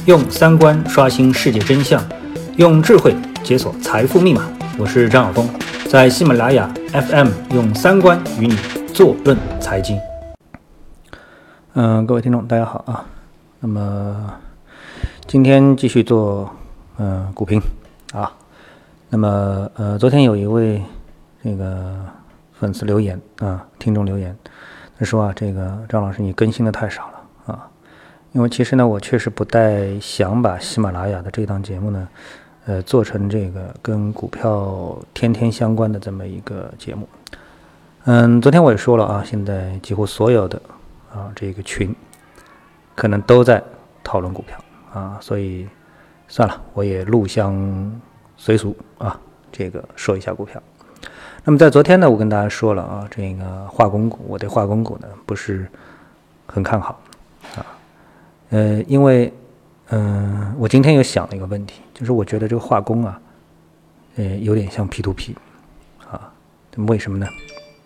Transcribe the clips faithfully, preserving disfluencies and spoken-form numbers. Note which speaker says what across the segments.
Speaker 1: 用三观刷新世界真相，用智慧解锁财富密码。我是张晓峰，在喜马拉雅 F M 用三观与你坐论财经。嗯、呃，各位听众大家好啊。那么今天继续做嗯、呃、股评啊。那么呃昨天有一位这个粉丝留言啊，听众留言，他说啊，这个张老师你更新的太少了啊。因为其实呢，我确实不太想把喜马拉雅的这档节目呢，呃，做成这个跟股票天天相关的这么一个节目。嗯，昨天我也说了啊，现在几乎所有的啊这个群，可能都在讨论股票啊，所以算了，我也入乡随俗啊，这个说一下股票。那么在昨天呢，我跟大家说了啊，这个化工股，我对化工股呢不是很看好啊。呃，因为，嗯、呃，我今天又想了一个问题，就是我觉得这个化工啊，呃，有点像 P to P， 啊，为什么呢？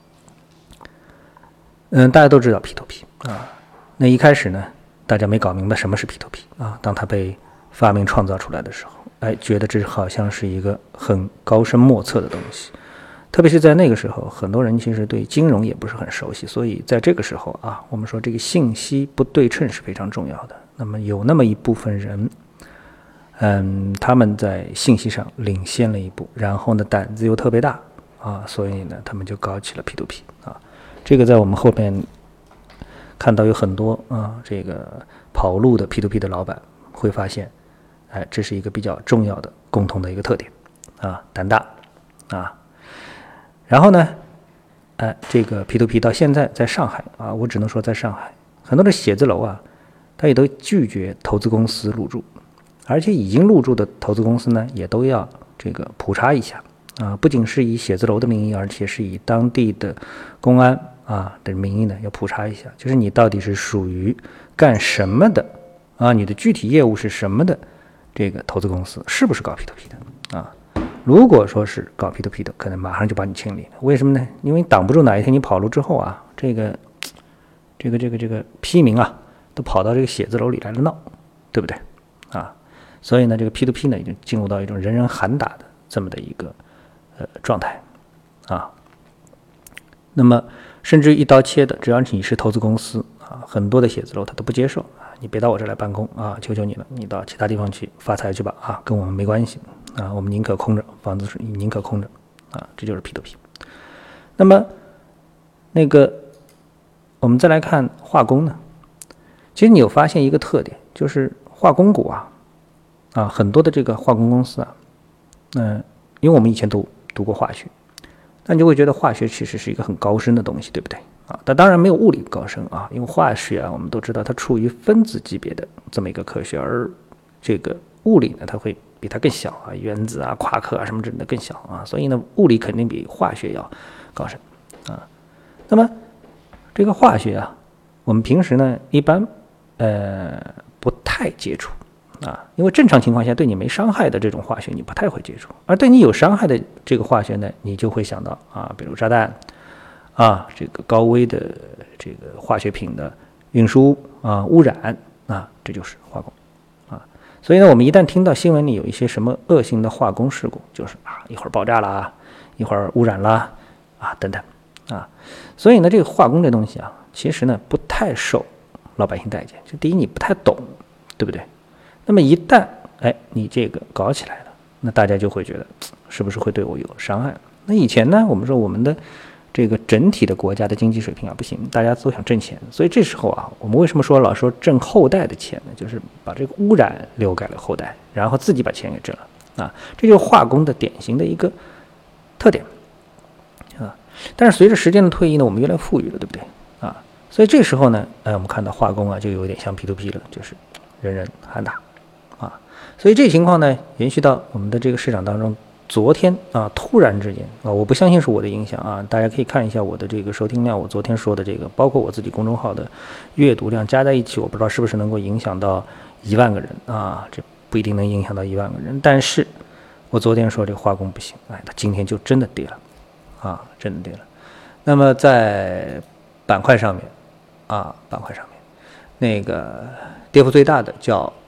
Speaker 1: 嗯、呃，大家都知道 P to P 啊，那一开始呢，大家没搞明白什么是 P to P 啊，当它被发明创造出来的时候，哎，觉得这好像是一个很高深莫测的东西。特别是在那个时候，很多人其实对金融也不是很熟悉，所以在这个时候啊，我们说这个信息不对称是非常重要的。那么有那么一部分人，嗯，他们在信息上领先了一步，然后呢胆子又特别大啊，所以呢他们就搞起了 P to P 啊。这个在我们后面看到有很多啊，这个跑路的 P to P 的老板会发现，哎，这是一个比较重要的共同的一个特点啊，胆大啊。然后呢，呃，这个 P to P 到现在在上海啊，我只能说在上海，很多的写字楼啊，它也都拒绝投资公司入驻，而且已经入驻的投资公司呢，也都要这个普查一下啊，不仅是以写字楼的名义，而且是以当地的公安啊的名义呢，要普查一下，就是你到底是属于干什么的啊，你的具体业务是什么的，这个投资公司是不是搞 P to P 的啊？如果说是搞 P to P 的，可能马上就把你清理了。为什么呢？因为你挡不住哪一天你跑路之后啊，这个、这个、这个、这个批民啊，都跑到这个写字楼里来了闹，对不对？啊，所以呢，这个 P to P 呢，已经进入到一种人人喊打的这么的一个呃状态啊。那么，甚至一刀切的，只要你是投资公司啊，很多的写字楼他都不接受啊，你别到我这来办公啊，求求你了，你到其他地方去发财去吧啊，跟我们没关系。啊，我们宁可空着，房子是宁可空着，啊，这就是 P to P。那么，那个我们再来看化工呢，其实你有发现一个特点，就是化工股啊，啊，很多的这个化工公司啊，嗯、呃，因为我们以前都读过化学，那你就会觉得化学其实是一个很高深的东西，对不对？啊，但当然没有物理高深啊，因为化学啊，我们都知道它处于分子级别的这么一个科学，而这个物理呢，它会比它更小啊，原子啊、夸克啊什么之类的更小啊，所以呢，物理肯定比化学要高深啊。那么这个化学啊，我们平时呢一般呃不太接触啊，因为正常情况下对你没伤害的这种化学你不太会接触，而对你有伤害的这个化学呢，你就会想到啊，比如炸弹啊，这个高危的这个化学品的运输啊、污染啊，这就是化工。所以呢，我们一旦听到新闻里有一些什么恶性的化工事故，就是啊，一会儿爆炸啦，一会儿污染啦，啊等等啊，所以呢，这个化工这东西啊，其实呢不太受老百姓待见。就第一，你不太懂，对不对？那么一旦哎你这个搞起来了，那大家就会觉得是不是会对我有伤害？那以前呢，我们说我们的这个整体的国家的经济水平啊不行，大家都想挣钱，所以这时候啊，我们为什么说老说挣后代的钱呢？就是把这个污染留给了后代，然后自己把钱给挣了啊，这就是化工的典型的一个特点啊。但是随着时间的推移呢，我们越来越富裕了，对不对啊？所以这时候呢，哎，我们看到化工啊就有点像 P to P 了，就是人人喊打啊。所以这情况呢，延续到我们的这个市场当中。昨天啊，突然之间啊，我不相信是我的影响啊，大家可以看一下我的这个收听量，我昨天说的这个，包括我自己公众号的阅读量加在一起，我不知道是不是能够影响到一万个人啊，这不一定能影响到一万个人，但是我昨天说这个化工不行，哎，它今天就真的跌了啊，真的跌了。那么在板块上面啊，板块上面那个跌幅最大的叫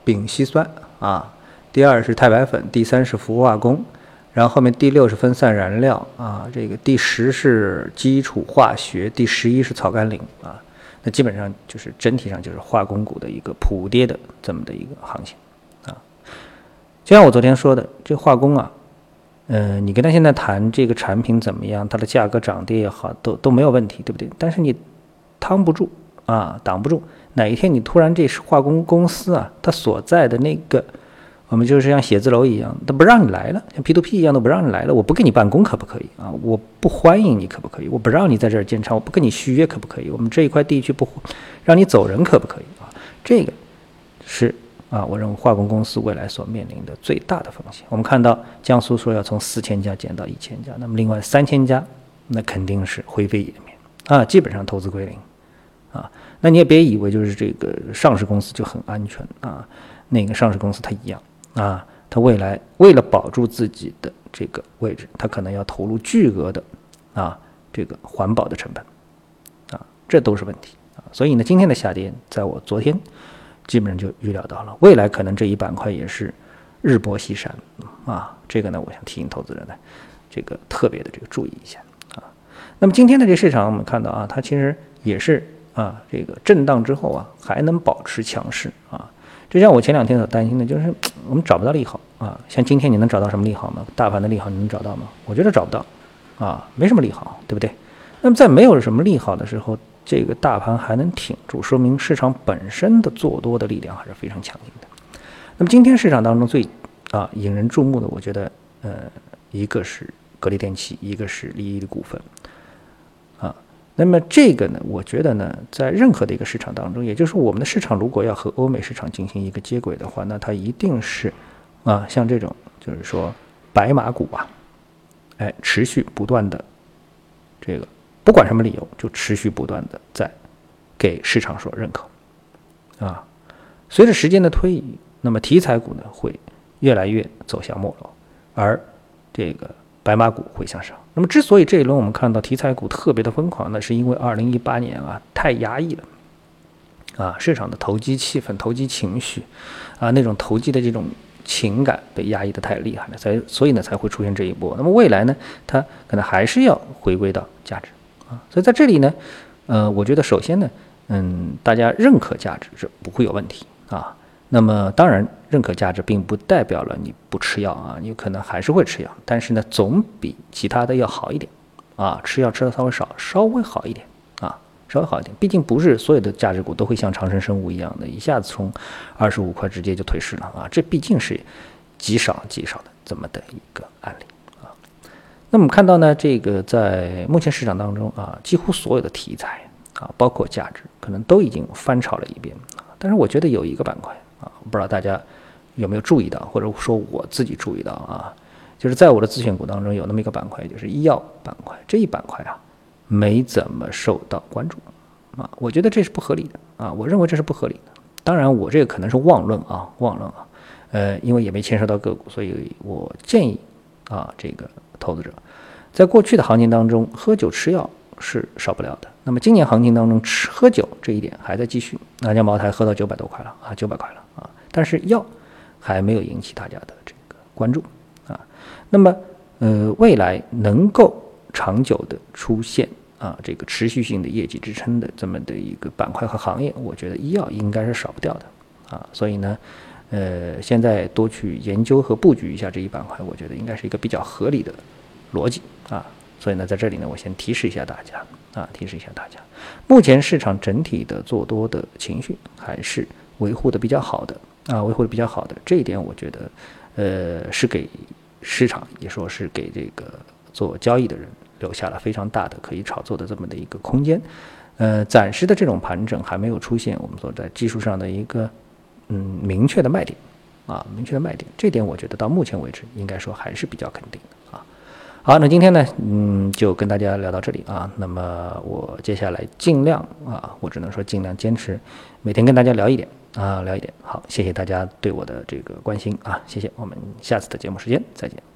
Speaker 1: 丙烯酸啊，第二是钛白粉，第三是氟化工，然后后面第六是分散燃料啊，这个第十是基础化学，第十一是草甘膦啊。那基本上就是整体上就是化工股的一个普跌的这么的一个行情啊。就像我昨天说的，这化工啊，呃，你跟他现在谈这个产品怎么样，它的价格涨跌也好，都都没有问题，对不对？但是你趟不住啊，挡不住。哪一天你突然这是化工公司啊，它所在的那个，我们就是像写字楼一样，它不让你来了，像 P to P 一样都不让你来了，我不给你办公可不可以啊？我不欢迎你可不可以？我不让你在这儿建厂，我不跟你续约可不可以？我们这一块地区不让你走人可不可以啊？这个是啊，我认为化工公司未来所面临的最大的风险。我们看到江苏说要从四千家减到一千家，那么另外三千家，那肯定是灰飞烟灭啊，基本上投资归零啊。那你也别以为就是这个上市公司就很安全啊，那个上市公司它一样啊，它未来为了保住自己的这个位置，它可能要投入巨额的啊这个环保的成本啊，这都是问题啊。所以呢，今天的下跌，在我昨天基本上就预料到了，未来可能这一板块也是日薄西山啊。这个呢，我想提醒投资人呢，这个特别的这个注意一下啊。那么今天的这市场，我们看到啊，它其实也是。啊，这个震荡之后啊，还能保持强势啊。就像我前两天所担心的，就是我们找不到利好啊。像今天你能找到什么利好吗？大盘的利好你能找到吗？我觉得找不到啊，没什么利好，对不对？那么在没有什么利好的时候，这个大盘还能挺住，说明市场本身的做多的力量还是非常强劲的。那么今天市场当中最啊引人注目的，我觉得呃，一个是格力电器，一个是利益的股份。那么这个呢，我觉得呢，在任何的一个市场当中，也就是我们的市场如果要和欧美市场进行一个接轨的话，那它一定是啊，像这种就是说白马股啊，哎，持续不断的这个不管什么理由，就持续不断的在给市场所认可啊。随着时间的推移，那么题材股呢会越来越走向没落，而这个白马股会向上。那么之所以这一轮我们看到题材股特别的疯狂呢，是因为二零一八年啊太压抑了啊，市场的投机气氛、投机情绪啊，那种投机的这种情感被压抑的太厉害了，才所以呢才会出现这一波。那么未来呢，它可能还是要回归到价值啊。所以在这里呢，呃，我觉得首先呢，嗯，大家认可价值是不会有问题啊。那么当然，认可价值并不代表了你不吃药啊，你可能还是会吃药，但是呢，总比其他的要好一点啊，吃药吃的稍微少，稍微好一点啊，稍微好一点。毕竟不是所有的价值股都会像长生生物一样的，一下子从二十五块直接就退市了啊，这毕竟是极少极少的这么的一个案例啊。那么看到呢，这个在目前市场当中啊，几乎所有的题材啊，包括价值，可能都已经翻炒了一遍啊。但是我觉得有一个板块。啊，不知道大家有没有注意到，或者说我自己注意到啊，就是在我的自选股当中有那么一个板块，就是医药板块。这一板块啊，没怎么受到关注啊，我觉得这是不合理的啊，我认为这是不合理的。当然，我这个可能是妄论啊，妄论啊，呃，因为也没牵涉到个股，所以我建议啊，这个投资者在过去的行情当中，喝酒吃药是少不了的。那么今年行情当中吃喝酒这一点还在继续，那家茅台喝到九百多块了啊，九百块了啊，但是药还没有引起大家的这个关注啊。那么呃，未来能够长久的出现啊这个持续性的业绩支撑的这么的一个板块和行业，我觉得医药应该是少不掉的啊。所以呢，呃，现在多去研究和布局一下这一板块，我觉得应该是一个比较合理的逻辑啊。所以呢，在这里呢，我先提示一下大家啊，提示一下大家，目前市场整体的做多的情绪还是维护的比较好的啊，维护的比较好的，这一点我觉得，呃，是给市场也说是给这个做交易的人留下了非常大的可以炒作的这么的一个空间。呃，暂时的这种盘整还没有出现我们说在技术上的一个嗯明确的卖点啊，明确的卖点，这点我觉得到目前为止应该说还是比较肯定的啊。好，那今天呢，嗯，就跟大家聊到这里啊。那么我接下来尽量啊，我只能说尽量坚持每天跟大家聊一点啊，聊一点。好，谢谢大家对我的这个关心啊，谢谢。我们下次的节目时间再见。